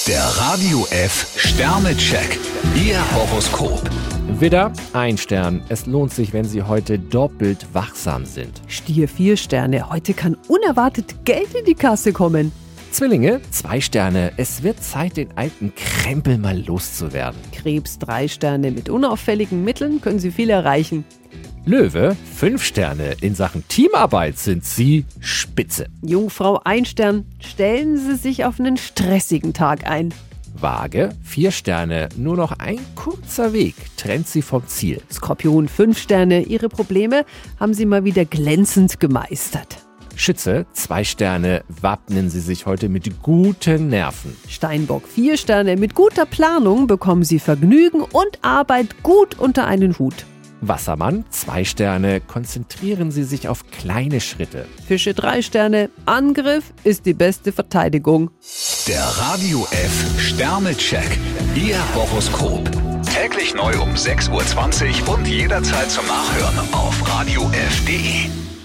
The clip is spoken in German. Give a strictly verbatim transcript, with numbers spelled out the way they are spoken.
Der Radio F Sternecheck. Ihr Horoskop. Widder, ein Stern. Es lohnt sich, wenn Sie heute doppelt wachsam sind. Stier, vier Sterne. Heute kann unerwartet Geld in die Kasse kommen. Zwillinge, zwei Sterne. Es wird Zeit, den alten Krempel mal loszuwerden. Krebs, drei Sterne. Mit unauffälligen Mitteln können Sie viel erreichen. Löwe, fünf Sterne. In Sachen Teamarbeit sind Sie spitze. Jungfrau, ein Stern. Stellen Sie sich auf einen stressigen Tag ein. Waage, vier Sterne. Nur noch ein kurzer Weg trennt Sie vom Ziel. Skorpion, fünf Sterne. Ihre Probleme haben Sie mal wieder glänzend gemeistert. Schütze, zwei Sterne. Wappnen Sie sich heute mit guten Nerven. Steinbock, vier Sterne. Mit guter Planung bekommen Sie Vergnügen und Arbeit gut unter einen Hut. Wassermann, zwei Sterne. Konzentrieren Sie sich auf kleine Schritte. Fische, drei Sterne. Angriff ist die beste Verteidigung. Der Radio F Sternecheck. Ihr Horoskop. Täglich neu um sechs Uhr zwanzig und jederzeit zum Nachhören auf radio f punkt de.